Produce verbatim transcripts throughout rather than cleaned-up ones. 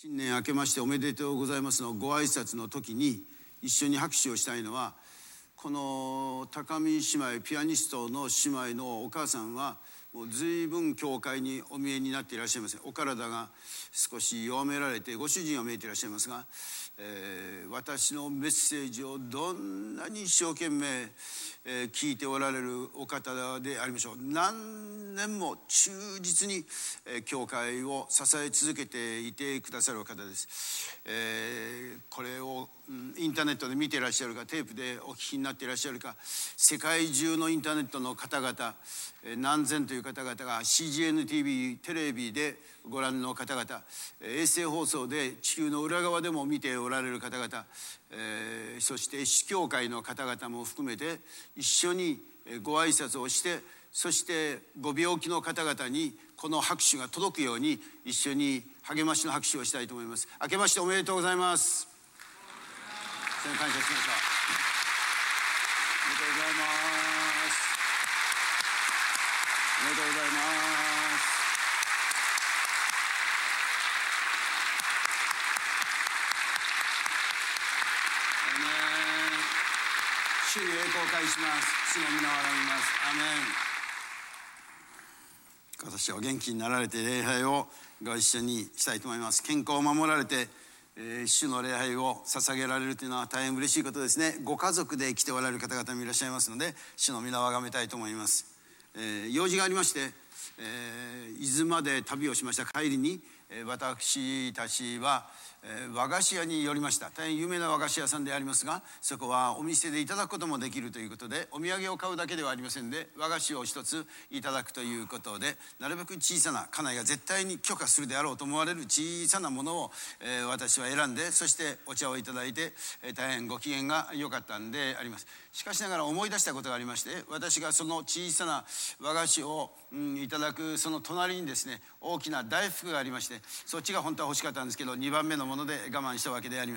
新年明けましておめでとうございますのご挨拶の時に一緒に拍手をしたいのは、この高見姉妹、ピアニストの姉妹のお母さんはもう随分教会にお見えになっていらっしゃいます。お体が少し弱められてご主人は見えていらっしゃいますが、えー、私のメッセージをどんなに一生懸命、えー、聞いておられるお方でありましょう。何年も忠実に、えー、教会を支え続けていてくださるお方です。えー、これを、うん、インターネットで見ていらっしゃるか、テープでお聞きになっていらっしゃるか、世界中のインターネットの方々、えー、何千という方々が シージーエヌティーブイ テレビでご覧の方々、衛星放送で地球の裏側でも見ておられる方々、えー、そして司教会の方々も含めて一緒にご挨拶をして、そしてご病気の方々にこの拍手が届くように一緒に励ましの拍手をしたいと思います。明けましておめでとうございます。感謝しました。おめでとうございます。おめでとうございます。主に栄光を返します。主の皆をあがめます。アーメン。今年は元気になられて礼拝をご一緒にしたいと思います。健康を守られて、えー、主の礼拝を捧げられるというのは大変嬉しいことですね。ご家族で来ておられる方々もいらっしゃいますので、主の皆をあがめたいと思います。えー、用事がありまして、えー、伊豆まで旅をしました帰りに、えー、私たちはえー、和菓子屋に寄りました。大変有名な和菓子屋さんでありますが、そこはお店でいただくこともできるということで、お土産を買うだけではありませんで、和菓子を一ついただくということで、なるべく小さな、家内が絶対に許可するであろうと思われる小さなものを、えー、私は選んで、そしてお茶をいただいて、えー、大変ご機嫌が良かったんであります。しかしながら思い出したことがありまして、私がその小さな和菓子を、うん、いただくその隣にですね、大きな大福がありまして、そっちが本当は欲しかったんですけど、にばんめのもので我慢したわけであります。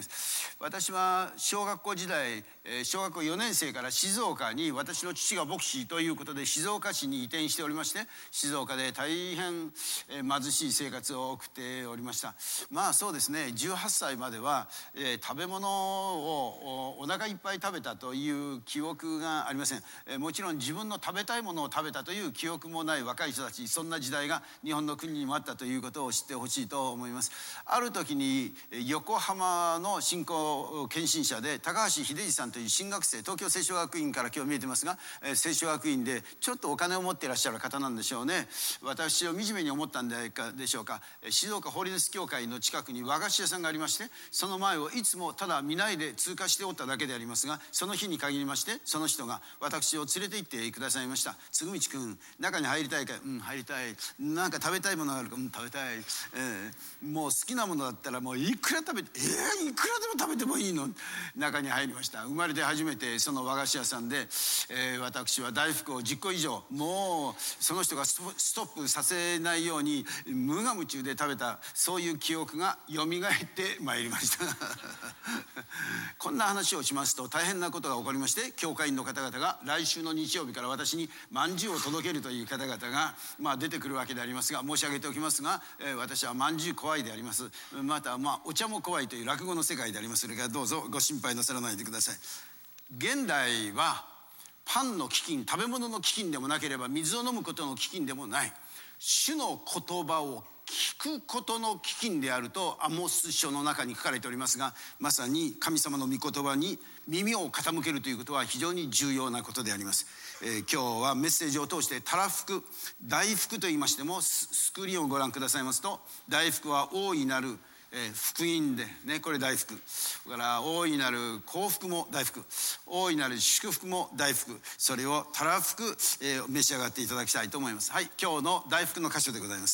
私は小学校時代、小学校よねん生から静岡に、私の父が牧師ということで静岡市に移転しておりまして、静岡で大変貧しい生活を送っておりました。まあそうですね、じゅうはっさいまでは、えー、食べ物を お, お腹いっぱい食べたという記憶がありません。えー、もちろん自分の食べたいものを食べたという記憶もない若い人たち、そんな時代が日本の国にもあったということを知ってほしいと思います。ある時に横浜の新興献身者で高橋秀治さんという進学生、東京聖書学院から今日見えてますが、えー、聖書学院でちょっとお金を持っていらっしゃる方なんでしょうね。私を惨めに思ったんでしょうか。静岡ホーリネス教会の近くに和菓子屋さんがありまして、その前をいつもただ見ないで通過しておっただけでありますが、その日に限りましてその人が私を連れて行ってくださいました。つぐみちくん、中に入りたいか。うん、入りたい。なんか食べたいものがあるか。うん、食べたい。えー、もう好きなものだったらもういくら食べて、えー、いくらでも食べてもいいの。中に入りました。生まれて初めてその和菓子屋さんで、えー、私は大福をじゅっこ以上、もうその人がストップさせないように無我夢中で食べた、そういう記憶がよみがえってまいりましたこんな話をしますと大変なことが起こりまして、教会員の方々が来週の日曜日から私にまんじゅうを届けるという方々が、まあ、出てくるわけでありますが、申し上げておきますが、えー、私はまんじゅう怖いであります。また、まあ、お茶も怖いという落語の世界であります。それからどうぞご心配なさらないでください。現代はパンの飢饉、食べ物の飢饉でもなければ水を飲むことの飢饉でもない、主の言葉を聞くことの飢饉であるとアモス書の中に書かれておりますが、まさに神様の御言葉に耳を傾けるということは非常に重要なことであります。えー、今日はメッセージを通してたらふく、大福と言いましても、スクリーンをご覧くださいますと、大福は大いなるえー、福音でね、これ大福。だから大いなる幸福も大福、大いなる祝福も大福、それをたらふく、えー、召し上がっていただきたいと思います。はい、今日の大福の箇所でございます。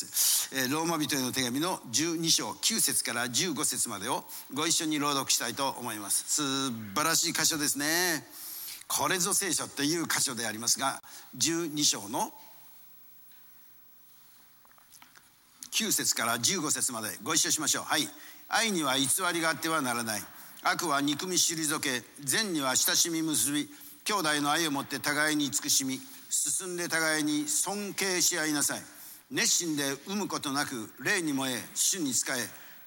えー、ローマ人への手紙のじゅうにしょうきゅうせつからじゅうごせつまでをご一緒に朗読したいと思います。素晴らしい箇所ですね。これぞ聖書という箇所でありますが、じゅうにしょうのきゅうせつからじゅうごせつまでご一緒しましょう。はい。愛には偽りがあってはならない。悪は憎み退け、善には親しみ結び、兄弟の愛をもって互いに慈しみ、進んで互いに尊敬し合いなさい。熱心で産むことなく霊に燃え、主に仕え、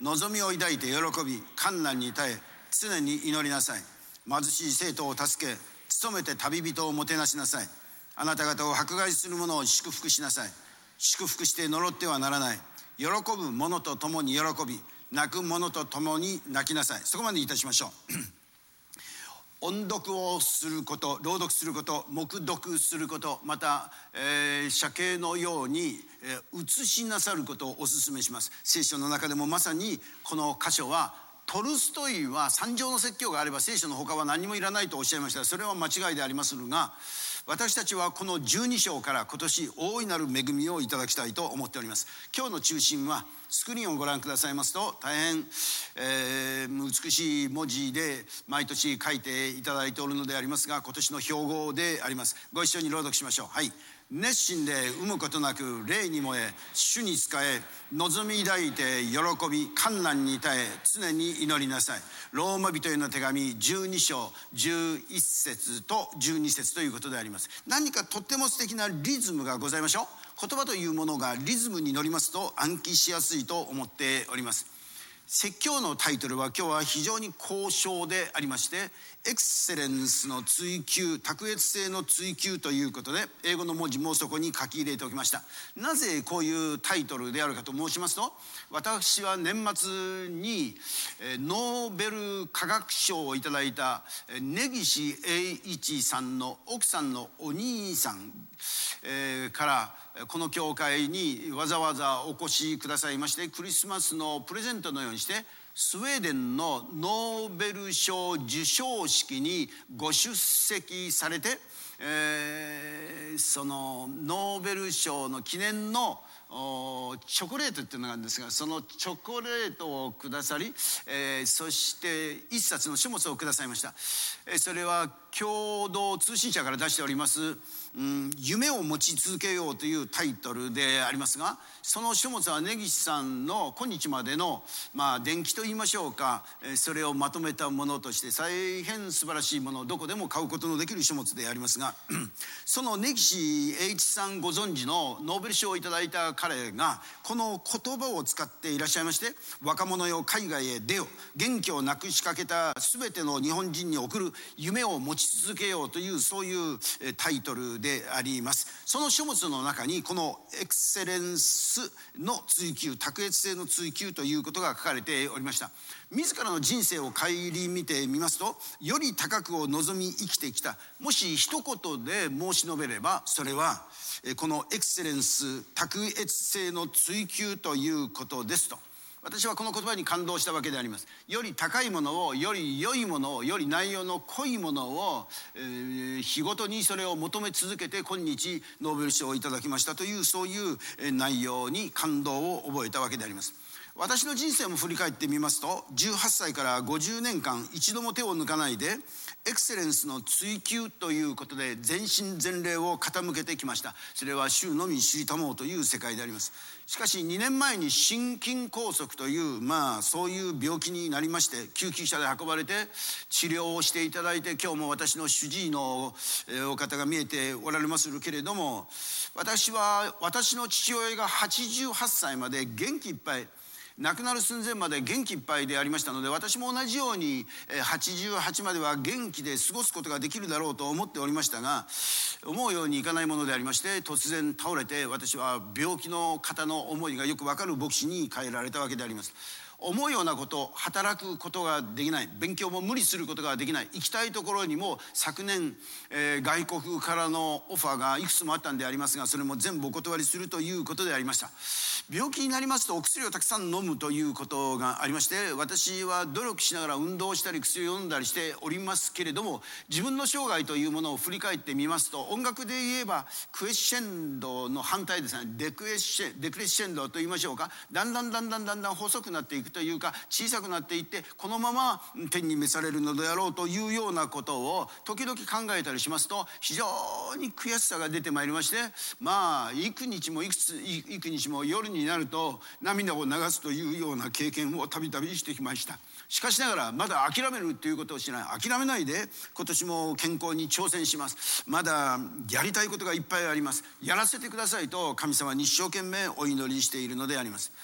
望みを抱いて喜び、困難に耐え常に祈りなさい。貧しい生徒を助け、努めて旅人をもてなしなさい。あなた方を迫害する者を祝福しなさい。祝福して呪ってはならない。喜ぶ者と共に喜び、泣く者と共に泣きなさい。そこまでいたしましょう。音読をすること、朗読すること、黙読すること、また、えー、写経のように、えー、写しなさることをお勧めします。聖書の中でもまさにこの箇所は、トルストイは三条の説教があれば聖書の他は何もいらないとおっしゃいました。それは間違いでありますが、私たちはこのじゅうに章から今年大いなる恵みをいただきたいと思っております。今日の中心はスクリーンをご覧くださいますと、大変、えー、美しい文字で毎年書いていただいておるのでありますが、今年の標語であります。ご一緒に朗読しましょう。はい。熱心で有むことなく霊に燃え、主に仕え、望み抱いて喜び、困難に耐え常に祈りなさい。ローマ人への手紙じゅうに章じゅういち節とじゅうに節ということであります。何かとっても素敵なリズムがございましょう。言葉というものがリズムに乗りますと暗記しやすいと思っております。説教のタイトルは今日は非常に高尚でありまして、エクセレンスの追求、卓越性の追求ということで、英語の文字もそこに書き入れておきました。なぜこういうタイトルであるかと申しますと、私は年末にノーベル化学賞をいただいた根岸英一さんの奥さんのお兄さんからこの教会にわざわざお越しくださいまして、クリスマスのプレゼントのようにしてスウェーデンのノーベル賞授賞式にご出席されて、えー、そのノーベル賞の記念のチョコレートっていうのがあるんですが、そのチョコレートをくださり、えー、そして一冊の書物をくださいました。えー、それは共同通信社から出しております、うん、夢を持ち続けようというタイトルでありますが、その書物は根岸さんの今日までの、まあ、伝記と言いましょうか、えー、それをまとめたものとして大変素晴らしいものをどこでも買うことのできる書物でありますが、その根岸英一さんご存知のノーベル賞をいただいた彼がこの言葉を使っていらっしゃいまして、若者よ海外へ出よ、元気をなくしかけた全ての日本人に送る夢を持ち続けようという、そういうタイトルであります。その書物の中にこのエクセレンスの追求、卓越性の追求ということが書かれておりました。自らの人生を顧みてみますと、より高くを望み生きてきた、もし一言で申し述べれば、それはこのエクセレンス、卓越性の追求ということですと、私はこの言葉に感動したわけであります。より高いものを、より良いものを、より内容の濃いものを、えー、日ごとにそれを求め続けて今日ノーベル賞をいただきましたという、そういう内容に感動を覚えたわけであります。私の人生も振り返ってみますと、じゅうはっさいからごじゅうねんかん一度も手を抜かないでエクセレンスの追求ということで全身全霊を傾けてきました。それは主のみ知りたもうという世界であります。しかしにねんまえに心筋梗塞という、まあそういう病気になりまして、救急車で運ばれて治療をしていただいて、今日も私の主治医のお方が見えておられますけれども、私は私の父親がはちじゅうはっさいまで元気いっぱい、亡くなる寸前まで元気いっぱいでありましたので、私も同じようにはちじゅうはちまでは元気で過ごすことができるだろうと思っておりましたが、思うようにいかないものでありまして、突然倒れて、私は病気の方の思いがよくわかる牧師に変えられたわけであります。思うようなこと、働くことができない、勉強も無理することができない、行きたいところにも昨年、えー、外国からのオファーがいくつもあったんでありますが、それも全部お断りするということでありました。病気になりますとお薬をたくさん飲むということがありまして、私は努力しながら運動したり薬を飲んだりしておりますけれども、自分の生涯というものを振り返ってみますと、音楽で言えばクエッシェンドの反対ですね、デクエッシェデクレッシェンドと言いましょうか、だんだんだんだんだんだん細くなっていくというか、小さくなっていって、このまま天に召されるのであろうというようなことを時々考えたりしますと、非常に悔しさが出てまいりまして、まあ幾日もいくつ幾日も夜になると涙を流すというような経験をたびたびしてきました。しかしながらまだ諦めるということをしない、諦めないで今年も健康に挑戦します。まだやりたいことがいっぱいあります。やらせてくださいと神様に一生懸命お祈りしているのであります。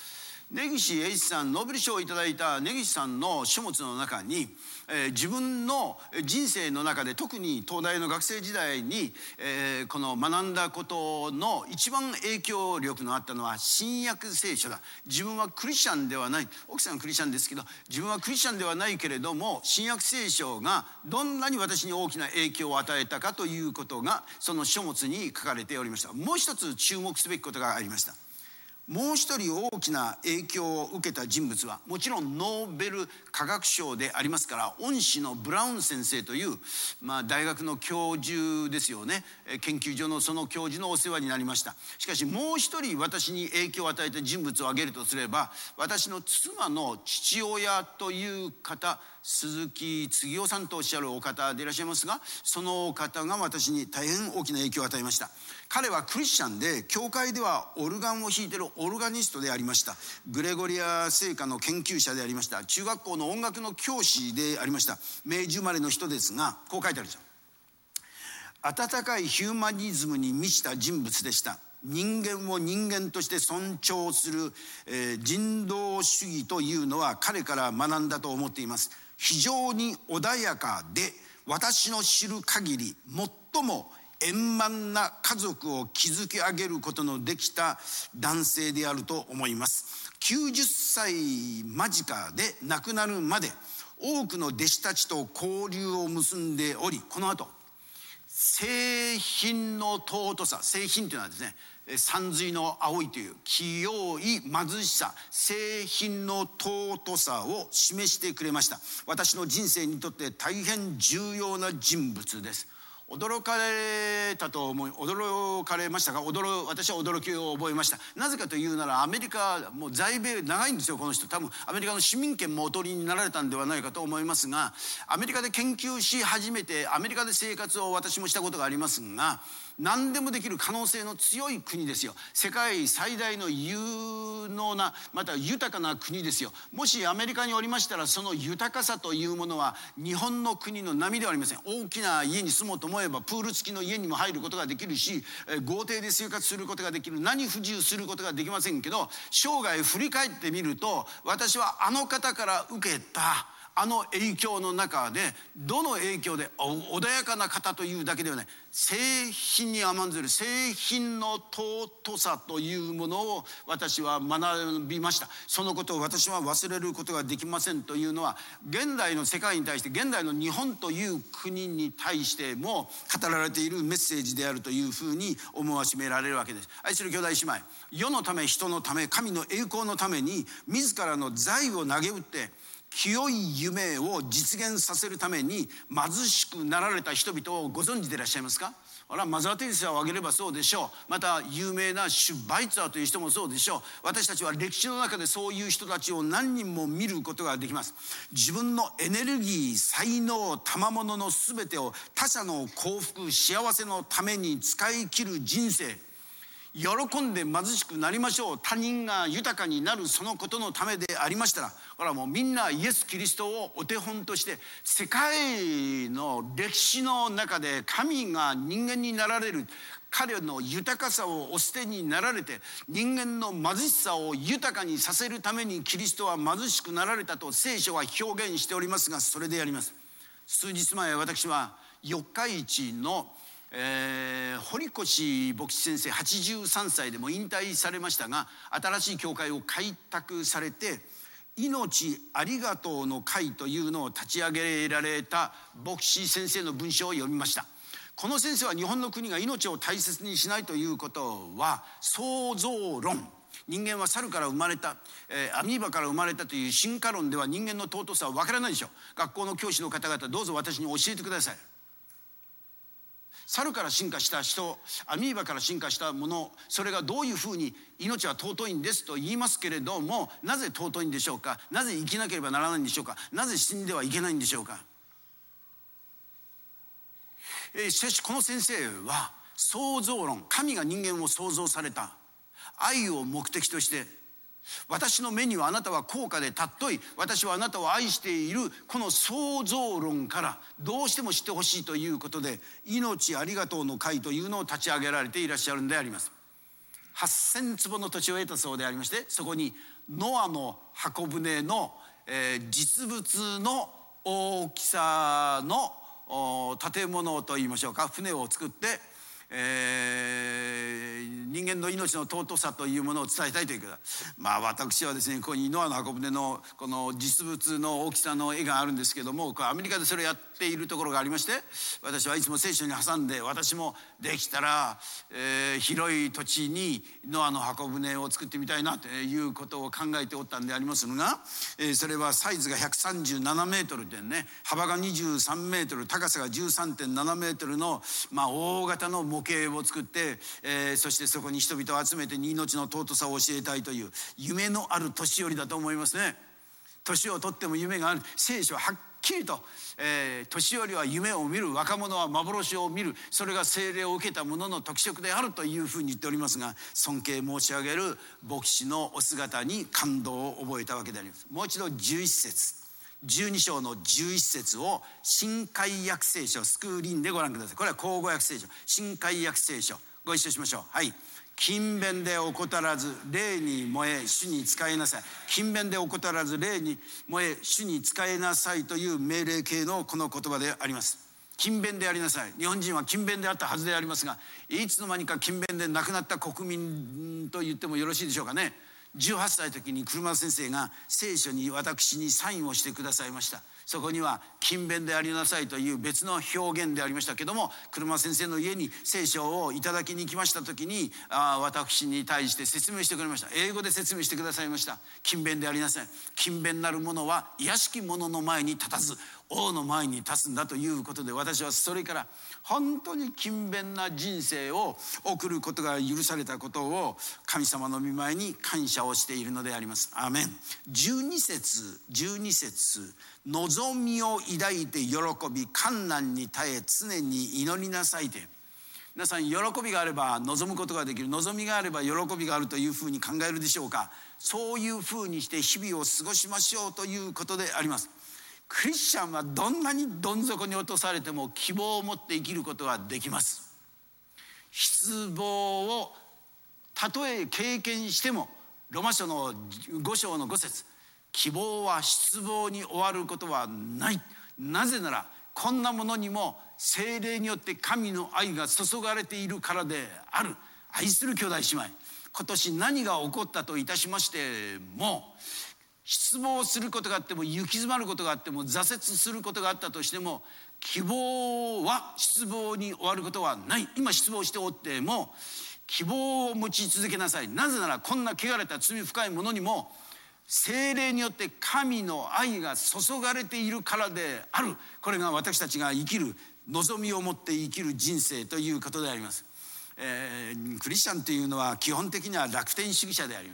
根岸英一さん、ノーベル賞をいただいた根岸さんの書物の中に、えー、自分の人生の中で特に東大の学生時代に、えー、この学んだことの一番影響力のあったのは新約聖書だ。自分はクリスチャンではない、奥さんはクリスチャンですけど、自分はクリスチャンではないけれども新約聖書がどんなに私に大きな影響を与えたかということがその書物に書かれておりました。もう一つ注目すべきことがありました。もう一人大きな影響を受けた人物はもちろんノーベル化学賞でありますから恩師のブラウン先生という、まあ、大学の教授ですよね。研究所のその教授のお世話になりました。しかしもう一人私に影響を与えた人物を挙げるとすれば、私の妻の父親という方、鈴木次夫さんとおっしゃるお方でいらっしゃいますが、そのお方が私に大変大きな影響を与えました。彼はクリスチャンで教会ではオルガンを弾いているオルガニストでありました。グレゴリア聖歌の研究者でありました。中学校の音楽の教師でありました。明治生まれの人ですが、こう書いてあるじゃん。温かいヒューマニズムに満ちた人物でした。人間を人間として尊重する、えー、人道主義というのは彼から学んだと思っています。非常に穏やかで私の知る限り最も円満な家族を築き上げることのできた男性であると思います。きゅうじゅっさい間近で亡くなるまで多くの弟子たちと交流を結んでおり、この後聖品の尊さ、聖品というのはですね、山水の青いという清い貧しさ、聖品の尊さを示してくれました。私の人生にとって大変重要な人物です。驚かれたと思い、驚かれましたが、驚私は驚きを覚えました。なぜかというなら、アメリカもう在米長いんですよ、この人。多分アメリカの市民権もお取りになられたんではないかと思いますが、アメリカで研究し始めて、アメリカで生活を私もしたことがありますが、何でもできる可能性の強い国ですよ。世界最大の有能な、また豊かな国ですよ。もしアメリカにおりましたら、その豊かさというものは日本の国の並ではありません。大きな家に住もうと思えばプール付きの家にも入ることができるし、豪邸で生活することができる。何不自由することができませんけど、生涯振り返ってみると、私はあの方から受けたあの影響の中で、どの影響で穏やかな方というだけではない、聖品に甘んずる聖品の尊さというものを私は学びました。そのことを私は忘れることができませんというのは、現代の世界に対して、現代の日本という国に対しても語られているメッセージであるというふうに思わしめられるわけです。愛する兄弟姉妹、世のため、人のため、神の栄光のために自らの財を投げ打って清い夢を実現させるために貧しくなられた人々をご存知でいらっしゃいますか？あら、マザー・テレサを挙げればそうでしょう。また有名なシュバイツァーという人もそうでしょう。私たちは歴史の中でそういう人たちを何人も見ることができます。自分のエネルギー、才能、賜物の全てを他者の幸福、幸せのために使い切る人生、喜んで貧しくなりましょう。他人が豊かになるそのことのためでありましたら、これはもうみんなイエス・キリストをお手本として、世界の歴史の中で神が人間になられる、彼の豊かさをお捨てになられて、人間の貧しさを豊かにさせるためにキリストは貧しくなられたと聖書は表現しておりますが、それであります。数日前、私は四日市のえー、堀越牧師先生はちじゅうさんさいでも引退されましたが、新しい教会を開拓されて、命ありがとうの会というのを立ち上げられた牧師先生の文章を読みました。この先生は日本の国が命を大切にしないということは創造論、人間は猿から生まれた、えー、アミーバから生まれたという進化論では人間の尊さは分からないでしょう。学校の教師の方々、どうぞ私に教えてください。猿から進化した人、アミーバから進化したもの、それがどういうふうに命は尊いんですと言いますけれども、なぜ尊いんでしょうか？なぜ生きなければならないんでしょうか？なぜ死んではいけないんでしょうか？えー、しかしこの先生は創造論、神が人間を創造された、愛を目的として、私の目にはあなたは高価で尊い、私はあなたを愛している、この創造論からどうしても知ってほしいということで、命ありがとうの会というのを立ち上げられていらっしゃるんであります。はっせんつぼの土地を得たそうでありまして、そこにノアの箱舟の、えー、実物の大きさの建物といいましょうか、船を作って、えー、人間の命の尊さというものを伝えたいということだ。まあ私はですね、ここにノアの箱舟のこの実物の大きさの絵があるんですけども、これアメリカでそれをやっているところがありまして、私はいつも聖書に挟んで、私もできたら、えー、広い土地にノアの箱舟を作ってみたいなということを考えておったんでありますのが、えー、それはサイズがひゃくさんじゅうななメートルでね、幅がにじゅうさんメートル、高さが じゅうさんてんななメートルの、まあ、大型の模型を作って、えー、そしてそこに人々を集めて命の尊さを教えたいという夢のある年寄りだと思いますね。年をとっても夢がある。聖書ははっきりと、えー、年寄りは夢を見る、若者は幻を見る、それが聖霊を受けた者の特色であるというふうに言っておりますが、尊敬申し上げる牧師のお姿に感動を覚えたわけであります。もう一度じゅういち節、じゅうに章のじゅういち節を新海訳聖書スクーリンでご覧ください。これは口語訳聖書、新海訳聖書、ご一緒しましょう。はい。勤勉で怠らず霊に燃え主に仕えなさい。勤勉で怠らず霊に燃え主に仕えなさいという命令形のこの言葉であります。勤勉でありなさい。日本人は勤勉であったはずでありますが、いつの間にか勤勉で亡くなった国民と言ってもよろしいでしょうかね。じゅうはっさいの時に車先生が聖書に私にサインをしてくださいました。そこには勤勉でありなさいという別の表現でありましたけども、車先生の家に聖書をいただきに来ました時に、あ私に対して説明してくれました。英語で説明してくださいました。勤勉でありなさい。勤勉なる者は卑しき者の前に立たず王の前に立つんだということで、私はそれから本当に勤勉な人生を送ることが許されたことを神様の御前に感謝をしているのであります。アーメン。じゅうに節、じゅうに節、望みを抱いて喜び困難に耐え常に祈りなさいて。皆さん、喜びがあれば望むことができる、望みがあれば喜びがあるというふうに考えるでしょうか。そういうふうにして日々を過ごしましょうということであります。クリスチャンはどんなにどん底に落とされても希望を持って生きることができます。失望をたとえ経験しても、ロマ書のご章のご節、希望は失望に終わることはない。なぜならこんなものにも聖霊によって神の愛が注がれているからである。愛する兄弟姉妹、今年何が起こったといたしましても、失望することがあっても、行き詰まることがあっても、挫折することがあったとしても、希望は失望に終わることはない。今失望しておっても希望を持ち続けなさい。なぜならこんな汚れた罪深いものにも聖霊によって神の愛が注がれているからである。これが私たちが生きる、望みを持って生きる人生ということであります。えー、クリスチャンというのは基本的には楽天主義者であります。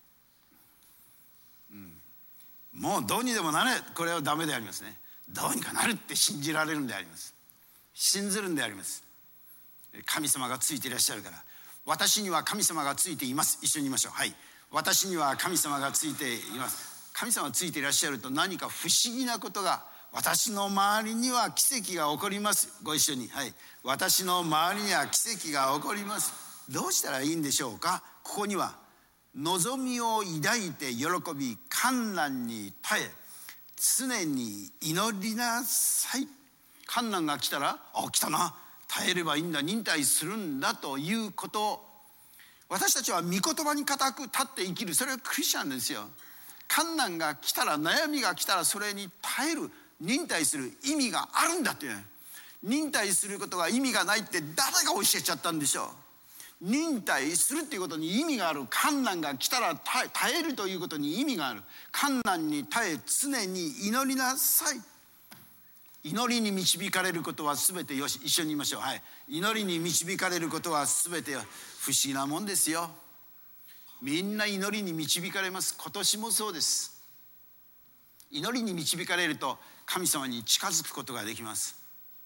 うん、もうどうにでもなれ、これはダメでありますね。どうにかなるって信じられるんであります。信ずるんであります。神様がついていらっしゃるから。私には神様がついています。一緒に言いましょう。はい。私には神様がついています。神様がついていらっしゃると何か不思議なことが、私の周りには奇跡が起こります。ご一緒に。はい。私の周りには奇跡が起こります。どうしたらいいんでしょうか。ここには望みを抱いて喜び困難に耐え常に祈りなさい。困難が来たら、あ、来たな、耐えればいいんだ、忍耐するんだということ。私たちは御言葉に固く立って生きる、それはクリスチャンですよ。困難が来たら、悩みが来たら、それに耐える、忍耐する意味があるんだって。忍耐することが意味がないって誰が教えちゃったんでしょう。忍耐するっていうことに意味がある。困難が来たら耐え、耐えるということに意味がある。困難に耐え常に祈りなさい。祈りに導かれることは全てよし。一緒に言いましょう。はい。祈りに導かれることは全てよ。不思議なもんですよ。みんな祈りに導かれます。今年もそうです。祈りに導かれると神様に近づくことができます。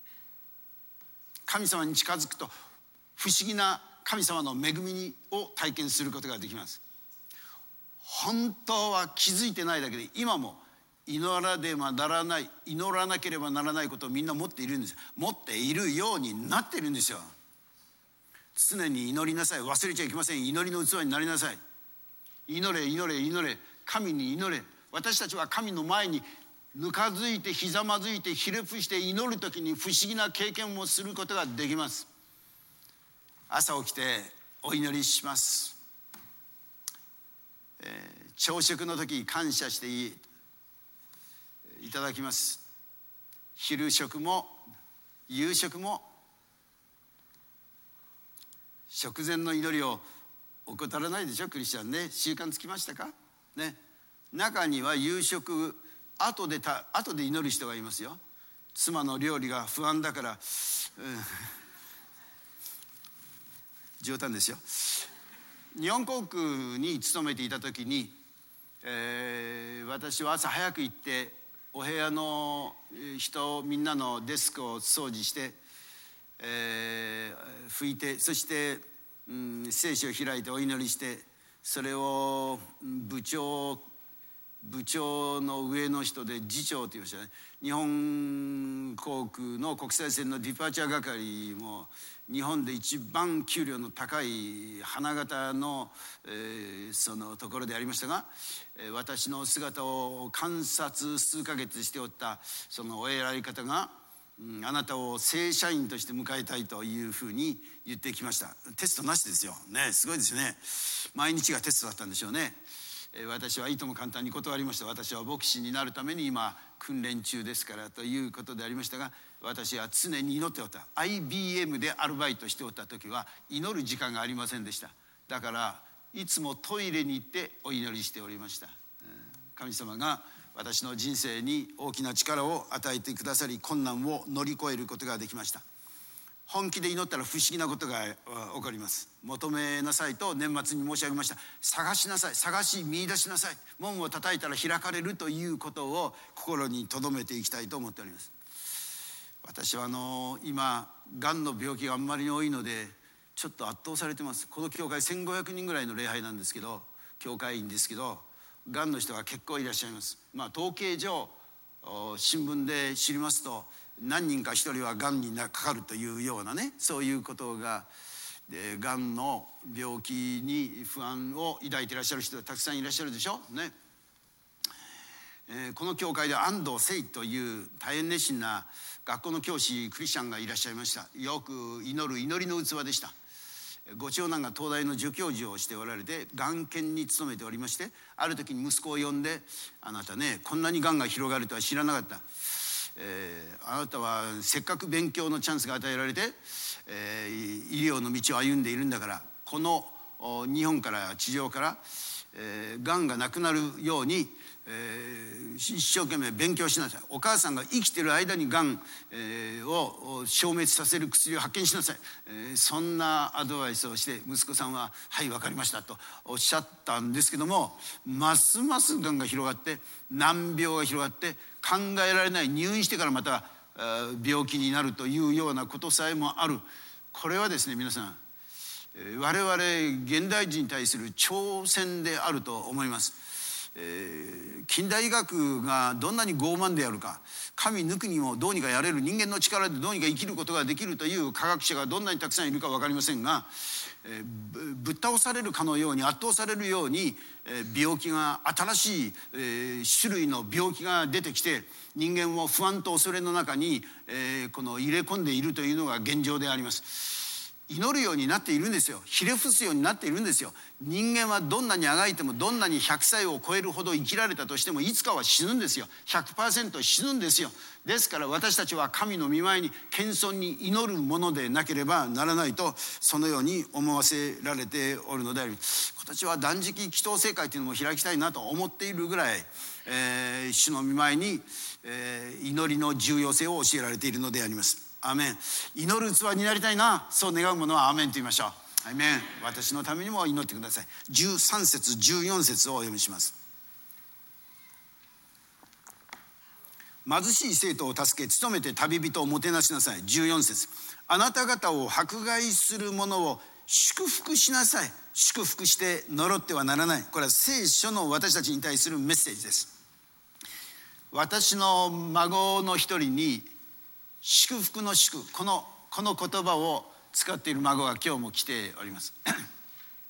神様に近づくと不思議な神様の恵みを体験することができます。本当は気づいてないだけで、今も祈らねばならない、祈らなければならないことをみんな持っているんです。持っているようになっているんですよ。常に祈りなさい。忘れちゃいけません。祈りの器になりなさい。 祈れ祈れ祈れ、神に祈れ。私たちは神の前にぬかづいてひざまずいてひれ伏して祈るときに不思議な経験をすることができます。朝起きてお祈りします、えー、朝食の時感謝していただきます。昼食も夕食も食前の祈りを怠らないでしょ、クリスチャンね。習慣つきましたかね。中には夕食後でた後で祈る人がいますよ。妻の料理が不安だから、うん、冗談ですよ。日本航空に勤めていた時に、えー、私は朝早く行ってお部屋の人みんなのデスクを掃除して、えー、拭いて、そして、うん、聖書を開いてお祈りして、それを部長部長の上の人で次長という人ね、日本航空の国際線のディパーチャー係も日本で一番給料の高い花形の、えー、そのところでありましたが、えー、私の姿を観察数ヶ月しておったそのお偉い方が、うん、あなたを正社員として迎えたいというふうに言ってきました。テストなしですよね。すごいですよね。毎日がテストだったんでしょうね。私はいとも簡単に断りました。私は牧師になるために今訓練中ですからということでありましたが、私は常に祈っておった。 アイビーエム でアルバイトしておった時は祈る時間がありませんでした。だからいつもトイレに行ってお祈りしておりました。神様が私の人生に大きな力を与えてくださり、困難を乗り越えることができました。本気で祈ったら不思議なことが起こります。求めなさいと年末に申し上げました。探しなさい、探し見出しなさい、門を叩いたら開かれるということを心に留めていきたいと思っております。私はあの今がんの病気があんまりに多いのでちょっと圧倒されてます。この教会せんごひゃくにんぐらいの礼拝なんですけど、教会員ですけど、がんの人が結構いらっしゃいます。まあ統計上新聞で知りますと何人か一人はがんにかかるというようなね、そういうことが、がんの病気に不安を抱いていらっしゃる人がたくさんいらっしゃるでしょね。えー、この教会で安藤聖という大変熱心な学校の教師クリスチャンがいらっしゃいました。よく祈る祈りの器でした。ご長男が東大の助教授をしておられて、がん研に勤めておりまして、ある時に息子を呼んで、あなたね、こんなにがんが広がるとは知らなかった。えー、あなたはせっかく勉強のチャンスが与えられて、えー、医療の道を歩んでいるんだから、この日本から地上から、えー、がんがなくなるように、えー、一生懸命勉強しなさい。お母さんが生きてる間にがん、えー、を消滅させる薬を発見しなさい、えー、そんなアドバイスをして、息子さんははい分かりましたとおっしゃったんですけども、ますますがんが広がって難病が広がって、考えられない、入院してからまた病気になるというようなことさえもある。これはですね、皆さん我々現代人に対する挑戦であると思います。えー、近代医学がどんなに傲慢であるか、神抜くにもどうにかやれる、人間の力でどうにか生きることができるという科学者がどんなにたくさんいるか分かりませんが、えー、ぶっ倒されるかのように、圧倒されるように、えー、病気が新しい、えー、種類の病気が出てきて、人間を不安と恐れの中に、えー、この入れ込んでいるというのが現状であります。祈るようになっているんですよ。ひれ伏すようになっているんですよ。人間はどんなにあがいても、どんなにひゃくさいを超えるほど生きられたとしても、いつかは死ぬんですよ。 ひゃくパーセント 死ぬんですよ。ですから私たちは神の御前に謙遜に祈るものでなければならないと、そのように思わせられておるのであります。今年は断食祈祷聖会というのも開きたいなと思っているぐらい、えー、主の御前に、えー、祈りの重要性を教えられているのであります。アーメン。祈る器になりたいな、そう願う者はアーメンと言いましょう。アーメン。私のためにも祈ってください。じゅうさん節じゅうよん節をお読みします。貧しい生徒を助け、勤めて旅人をもてなしなさい。じゅうよん節、あなた方を迫害する者を祝福しなさい。祝福して呪ってはならない。これは聖書の私たちに対するメッセージです。私の孫の一人に祝福の祝、このこの言葉を使っている孫が今日も来ております。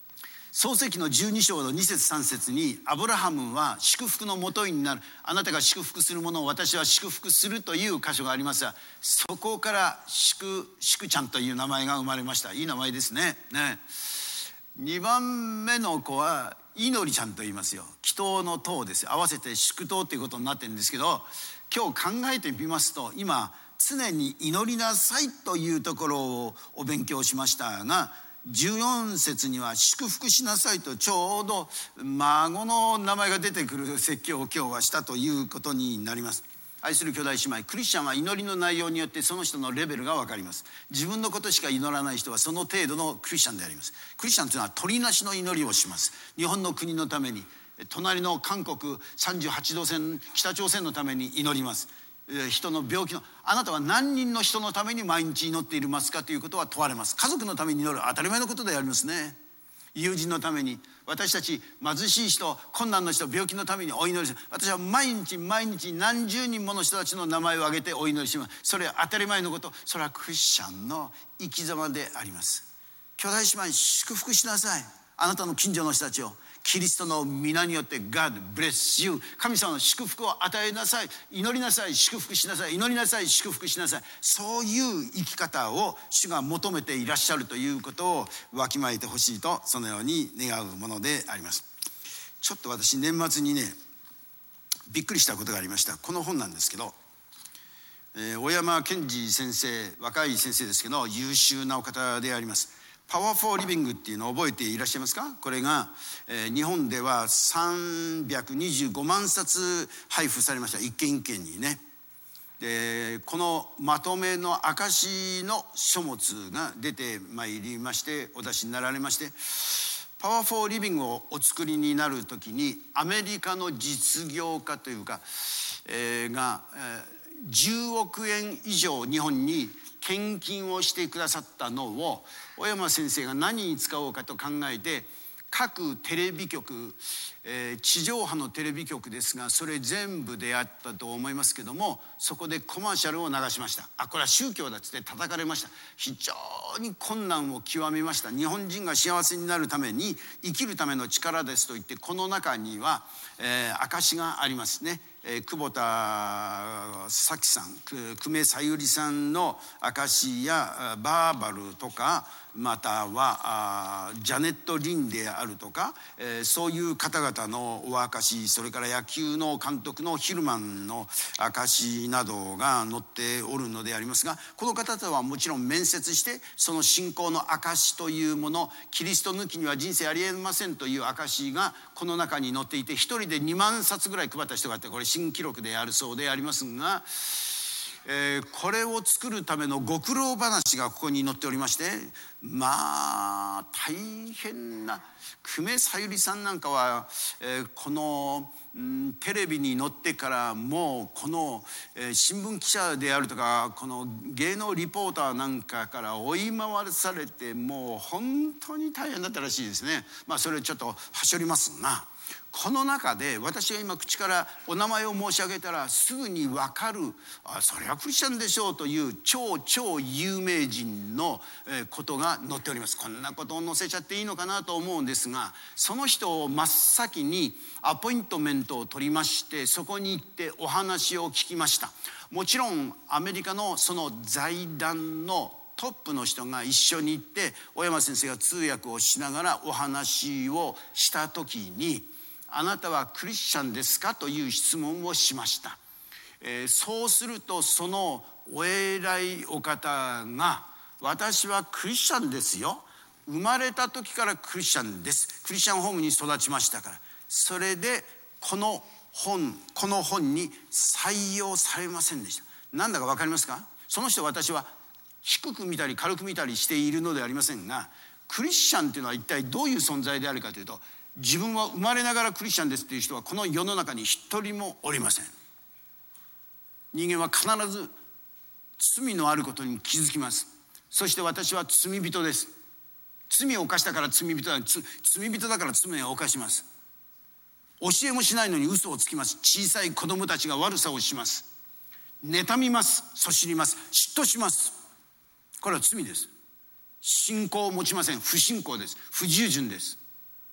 創世記のじゅうに章のに節さん節に、アブラハムは祝福のもとになる、あなたが祝福するものを私は祝福するという箇所がありますが、そこから祝祝ちゃんという名前が生まれました。いい名前ですね。ね。にばんめの子は祈りちゃんと言いますよ。祈祷の祷です。合わせて祝祷ということになってるんですけど、今日考えてみますと、今常に祈りなさいというところをお勉強しましたが、じゅうよん節には祝福しなさいとちょうど孫の名前が出てくる説教を今日はしたということになります。愛する兄弟姉妹、クリスチャンは祈りの内容によってその人のレベルが分かります。自分のことしか祈らない人はその程度のクリスチャンであります。クリスチャンというのは取りなしの祈りをします。日本の国のために、隣の韓国さんじゅうはちど線、北朝鮮のために祈ります。人の病気の、あなたは何人の人のために毎日祈っていますかということは問われます。家族のために祈る、当たり前のことでありますね。友人のために、私たち貧しい人、困難の人、病気のためにお祈りします。私は毎日毎日何十人もの人たちの名前を挙げてお祈りします。それは当たり前のこと。それはクリスチャンの生き様であります。兄弟姉妹、祝福しなさい。あなたの近所の人たちをキリストの皆によって God bless you、 神様の祝福を与えなさい。祈りなさい、祝福しなさい。祈りなさい、祝福しなさい。そういう生き方を主が求めていらっしゃるということをわきまえてほしいと、そのように願うものであります。ちょっと私年末にね、びっくりしたことがありました。この本なんですけど、えー、小山健二先生、若い先生ですけど優秀なお方であります。パワーフォーリビングっていうのを覚えていらっしゃいますか？これが、えー、日本ではさんびゃくにじゅうごまんさつ配布されました。一軒一軒にね。で、このまとめの証の書物が出てまいりまして、お出しになられまして、パワーフォーリビングをお作りになるときに、アメリカの実業家というか、えー、が、えー、じゅうおくえん以上日本に献金をしてくださったのを、小山先生が何に使おうかと考えて、各テレビ局、えー、地上波のテレビ局ですが、それ全部であったと思いますけども、そこでコマーシャルを流しました。あ、これは宗教だっつって叩かれました。非常に困難を極めました。日本人が幸せになるために生きるための力ですと言って、この中には、えー、証がありますね。えー、久保田早紀さん、久米さゆりさんの証やバーバルとか、またはジャネット・リンであるとか、えー、そういう方々のお証、それから野球の監督のヒルマンの証などが載っておるのでありますが、この方とはもちろん面接して、その信仰の証というもの、キリスト抜きには人生ありえませんという証がこの中に載っていて、一人でにまんさつぐらい配った人があって、これ新記録であるそうでありますが、えー、これを作るためのご苦労話がここに載っておりまして、まあ大変な、久米さゆりさんなんかは、えー、この、うん、テレビに載ってからもうこの、えー、新聞記者であるとか、この芸能リポーターなんかから追い回されて、もう本当に大変だったらしいですね。まあそれちょっとはしょりますが、この中で私が今口からお名前を申し上げたらすぐに分かる、あ、それはクリスチャンでしょうという超超有名人のことが載っております。こんなことを載せちゃっていいのかなと思うんですが、その人を真っ先にアポイントメントを取りまして、そこに行ってお話を聞きました。もちろんアメリカのその財団のトップの人が一緒に行って、小山先生が通訳をしながらお話をした時に、あなたはクリスチャンですかという質問をしました。えー、そうするとそのお偉いお方が、私はクリスチャンですよ。生まれた時からクリスチャンです。クリスチャンホームに育ちましたから。それでこの本、この本に採用されませんでした。なんだか分かりますか？その人、私は低く見たり軽く見たりしているのではありませんが、クリスチャンというのは一体どういう存在であるかというと、自分は生まれながらクリスチャンですという人はこの世の中に一人もおりません。人間は必ず罪のあることに気づきます。そして私は罪人です。罪を犯したから罪人だ。罪人だから罪を犯します。教えもしないのに嘘をつきます。小さい子供たちが悪さをします。妬みます。そしります。嫉妬します。これは罪です。信仰を持ちません。不信仰です。不従順です。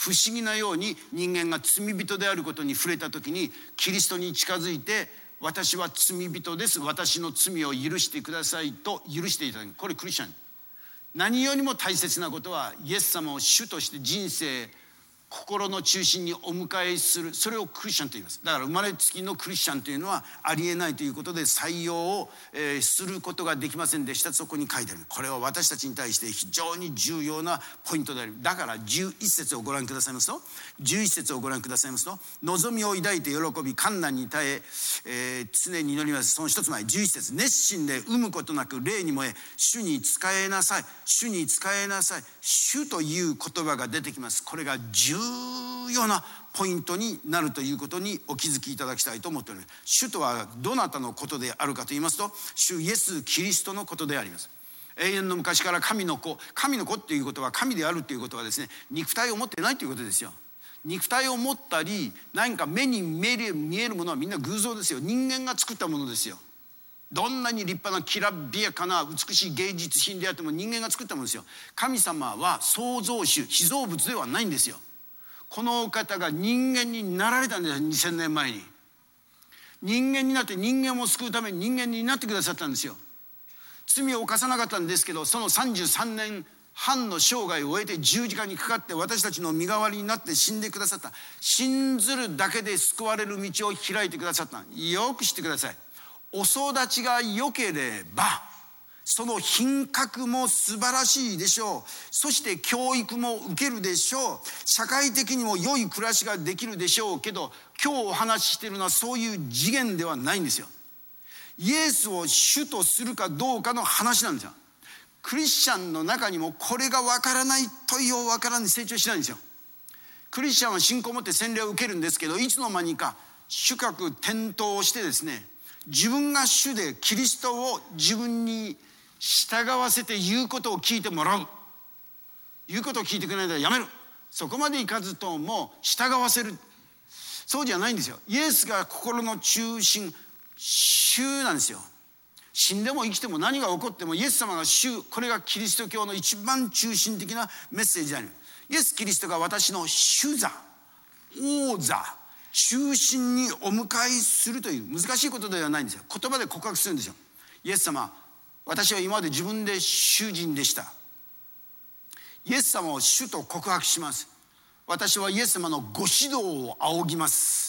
不思議なように人間が罪人であることに触れた時にキリストに近づいて、私は罪人です、私の罪を許してくださいと許していただく。これクリスチャン。何よりも大切なことはイエス様を主として人生心の中心にお迎えする、それをクリスチャンと言います。だから生まれつきのクリスチャンというのはありえないということで採用を、えー、することができませんでした。そこに書いてある。これは私たちに対して非常に重要なポイントである。だからじゅういち節をご覧くださいますと、じゅういち節をご覧くださいますと、望みを抱いて喜び困難に耐ええー、常に祈ります。その一つ前じゅういち節、熱心で産むことなく霊に燃え主に仕えなさい、主に仕えなさい、主という言葉が出てきます。これが重要なポイントになるということにお気づきいただきたいと思っております。主とはどなたのことであるかと言いますと、主イエス・キリストのことであります。永遠の昔から神の子、神の子っていうことは、神であるということはですね、肉体を持ってないということですよ。肉体を持ったり何か目に見える、見えるものはみんな偶像ですよ。人間が作ったものですよ。どんなに立派なきらびやかな美しい芸術品であっても人間が作ったものですよ。神様は創造主、被造物ではないんですよ。このお方が人間になられたんですよ。にせんねんまえに人間になって人間を救うために人間になってくださったんですよ。罪を犯さなかったんですけど、そのさんじゅうさんねんはんの生涯を終えて十字架にかかって私たちの身代わりになって死んでくださった。信ずるだけで救われる道を開いてくださった。よく知ってください。お育ちが良ければその品格も素晴らしいでしょう。そして教育も受けるでしょう。社会的にも良い暮らしができるでしょうけど、今日お話ししているのはそういう次元ではないんですよ。イエスを主とするかどうかの話なんですよ。クリスチャンの中にもこれがわからないとようわからない成長しないんですよ。クリスチャンは信仰を持って洗礼を受けるんですけど、いつの間にか主格転倒してですね、自分が主でキリストを自分に従わせて言うことを聞いてもらう、言うことを聞いてくれないでやめる、そこまでいかずとも従わせる、そうじゃないんですよ。イエスが心の中心、主なんですよ。死んでも生きても何が起こってもイエス様が主、これがキリスト教の一番中心的なメッセージである。イエス・キリストが私の主座、王座、中心にお迎えするという難しいことではないんですよ。言葉で告白するんですよ。イエス様、私は今まで自分で主人でした。イエス様を主と告白します。私はイエス様のご指導を仰ぎます。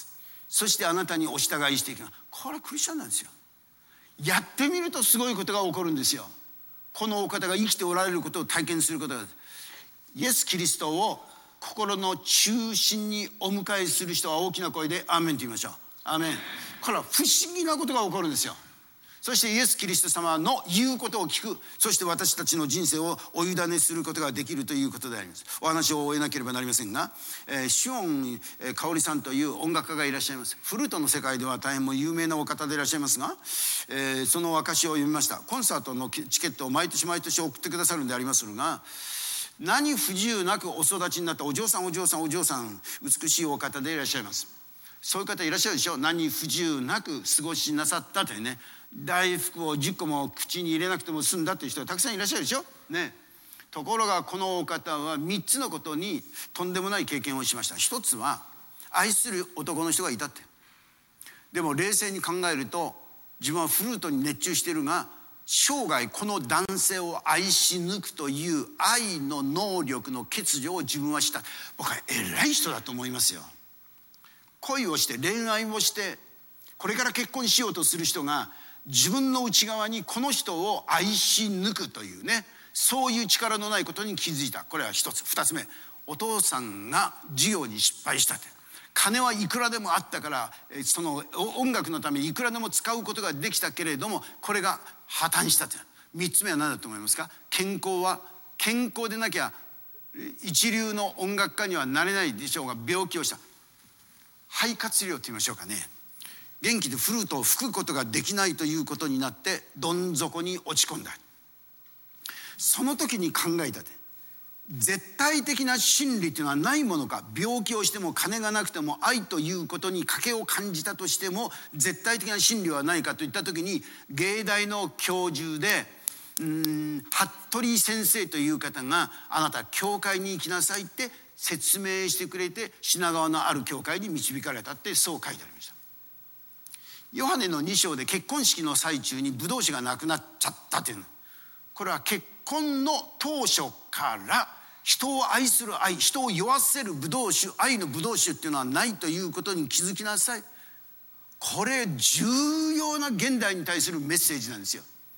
そしてあなたにお従いしていきます。これはクリスチャンなんですよ。やってみるとすごいことが起こるんですよ。このお方が生きておられることを体験することが、イエス・キリストを心の中心にお迎えする人は大きな声でアーメンと言いましょう。アーメン。これは不思議なことが起こるんですよ。そしてイエス・キリスト様の言うことを聞く、そして私たちの人生をお委ねすることができるということであります。お話を終えなければなりませんが、えー、シオン・カオリさんという音楽家がいらっしゃいます。フルートの世界では大変も有名なお方でいらっしゃいますが、えー、その証を読みました。コンサートのチケットを毎年毎年送ってくださるんでありますが、何不自由なくお育ちになったお嬢さんお嬢さんお嬢さん、美しいお方でいらっしゃいます。そういう方いらっしゃるでしょ。何不自由なく過ごしなさったというね、大福をじゅっこも口に入れなくても済んだという人がたくさんいらっしゃるでしょ、ね、ところがこのお方はみっつのことにとんでもない経験をしました。一つは愛する男の人がいたって。でも冷静に考えると、自分はフルートに熱中しているが生涯この男性を愛し抜くという愛の能力の欠如を自分はした。僕は偉い人だと思いますよ。恋をして恋愛をしてこれから結婚しようとする人が自分の内側にこの人を愛し抜くというね、そういう力のないことに気づいた。これは一つ。二つ目、お父さんが事業に失敗したって。金はいくらでもあったから、その音楽のためにいくらでも使うことができたけれども、これが破綻したって。三つ目は何だと思いますか？健康は健康でなきゃ一流の音楽家にはなれないでしょうが、病気をした。肺活量と言いましょうかね。元気でフルートを吹くことができないということになってどん底に落ち込んだ。その時に考えたで、絶対的な真理というのはないものか。病気をしても金がなくても愛ということに賭けを感じたとしても絶対的な真理はないかといった時に、芸大の教授でうーん服部先生という方が、あなた教会に行きなさいって説明してくれて、品川のある教会に導かれたって、そう書いてありました。ヨハネのに章で結婚式の最中にブドウ酒がなくなっちゃったというの、これは結婚の当初から人を愛する愛、人を酔わせるブドウ酒、愛のブドウ酒っていうのはないということに気づきなさい。これ重要な現代に対するメッセージなんですよ。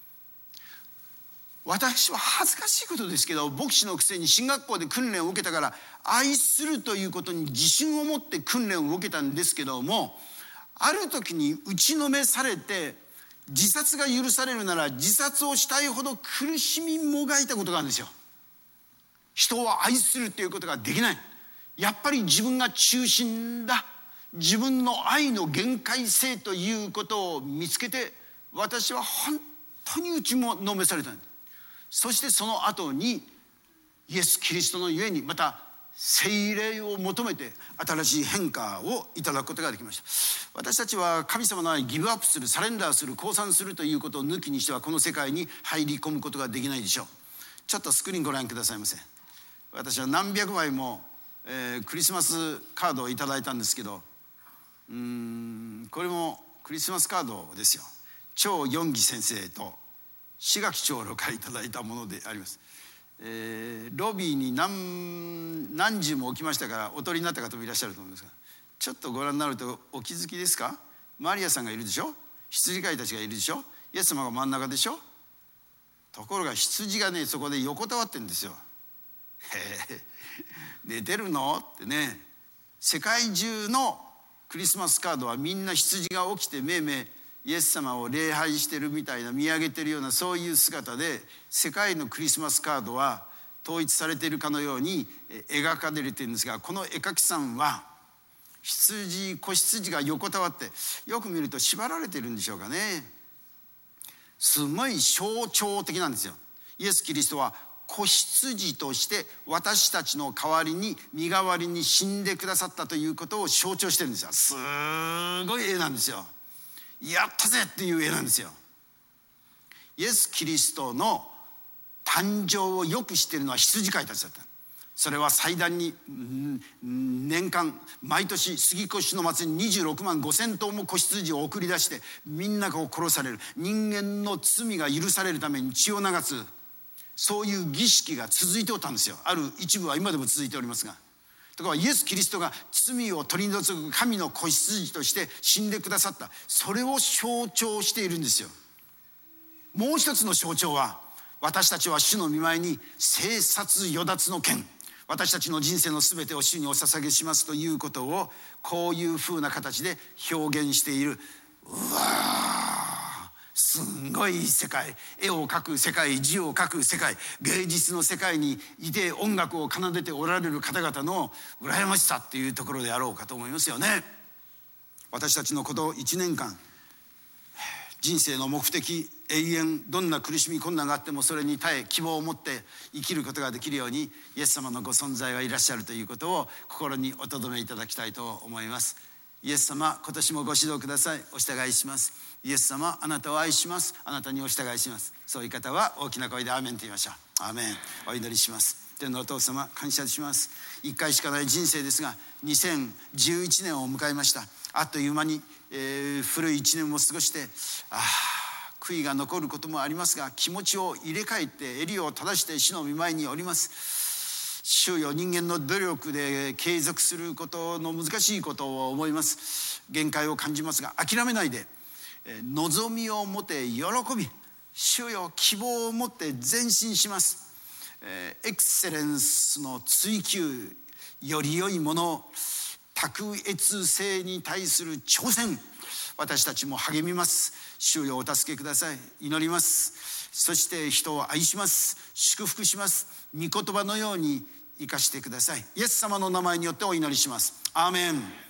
私は恥ずかしいことですけど、牧師のくせに進学校で訓練を受けたから、愛するということに自信を持って訓練を受けたんですけども、ある時に打ちのめされて自殺が許されるなら自殺をしたいほど苦しみもがいたことがあるんですよ。人を愛するということができない。やっぱり自分が中心だ。自分の愛の限界性ということを見つけて、私は本当に打ちのめされたんです。そしてその後にイエス・キリストのゆえにまた聖霊を求めて新しい変化をいただくことができました。私たちは神様の愛にギブアップする、サレンダーする、降参するということを抜きにしてはこの世界に入り込むことができないでしょう。ちょっとスクリーンご覧くださいませ。私は何百枚も、えー、クリスマスカードをいただいたんですけど、うーんこれもクリスマスカードですよ。張四義先生と志垣長老からいただいたものであります。えー、ロビーに 何, 何十も置きましたからお取りになった方もいらっしゃると思いますが、ちょっとご覧になるとお気づきですか。マリアさんがいるでしょ、羊飼いたちがいるでしょ、イエス様が真ん中でしょ。ところが羊がね、そこで横たわってるんですよ。へえ、寝てるのってね。世界中のクリスマスカードはみんな羊が起きてめいめいイエス様を礼拝してるみたいな、見上げてるような、そういう姿で世界のクリスマスカードは統一されているかのように描かれているんですが、この絵描きさんは羊、子羊が横たわって、よく見ると縛られているんでしょうかね。すごい象徴的なんですよ。イエス・キリストは子羊として私たちの代わりに、身代わりに死んでくださったということを象徴してるんですよ。すごい絵なんですよ。やったぜっていう絵なんですよ。イエス・キリストの誕生をよく知っているのは羊飼いたちだった。それは祭壇に年間毎年杉越の祭りににじゅうろくまんごせんとうも子羊を送り出して、みんなが殺される、人間の罪が許されるために血を流す、そういう儀式が続いておったんですよ。ある一部は今でも続いておりますが、ところがイエス・キリストが罪を取り除く神の子羊として死んでくださった、それを象徴しているんですよ。もう一つの象徴は、私たちは主の御前に生殺与奪の権、私たちの人生のすべてを主にお捧げしますということをこういう風な形で表現している。うわー、すんごい世界、絵を描く世界、字を書く世界、芸術の世界にいて音楽を奏でておられる方々の羨ましさっていうところであろうかと思いますよね。私たちのこといちねんかん、人生の目的、永遠、どんな苦しみ困難があってもそれに耐え希望を持って生きることができるように、イエス様のご存在はいらっしゃるということを心にお留めいただきたいと思います。イエス様、今年もご指導ください。お従いします。イエス様、あなたを愛します。あなたにお従いします。そういう方は大きな声でアーメンと言いましょう。アーメン。お祈りします。天のお父様、感謝します。一回しかない人生ですが、にせんじゅういちねんを迎えました。あっという間に、えー、古いいちねんを過ごして、ああ悔いが残ることもありますが、気持ちを入れ替えて襟を正して主の御前におります。主よ、人間の努力で継続することの難しいことを思います。限界を感じますが、諦めないで、えー、望みを持て喜び、主よ、希望を持って前進します。えー、エクセレンスの追求、より良いもの、卓越性に対する挑戦、私たちも励みます。主よ、お助けください。祈ります。そして人を愛します。祝福します。御言葉のように生かしてください。イエス様の名前によってお祈りします。アーメン。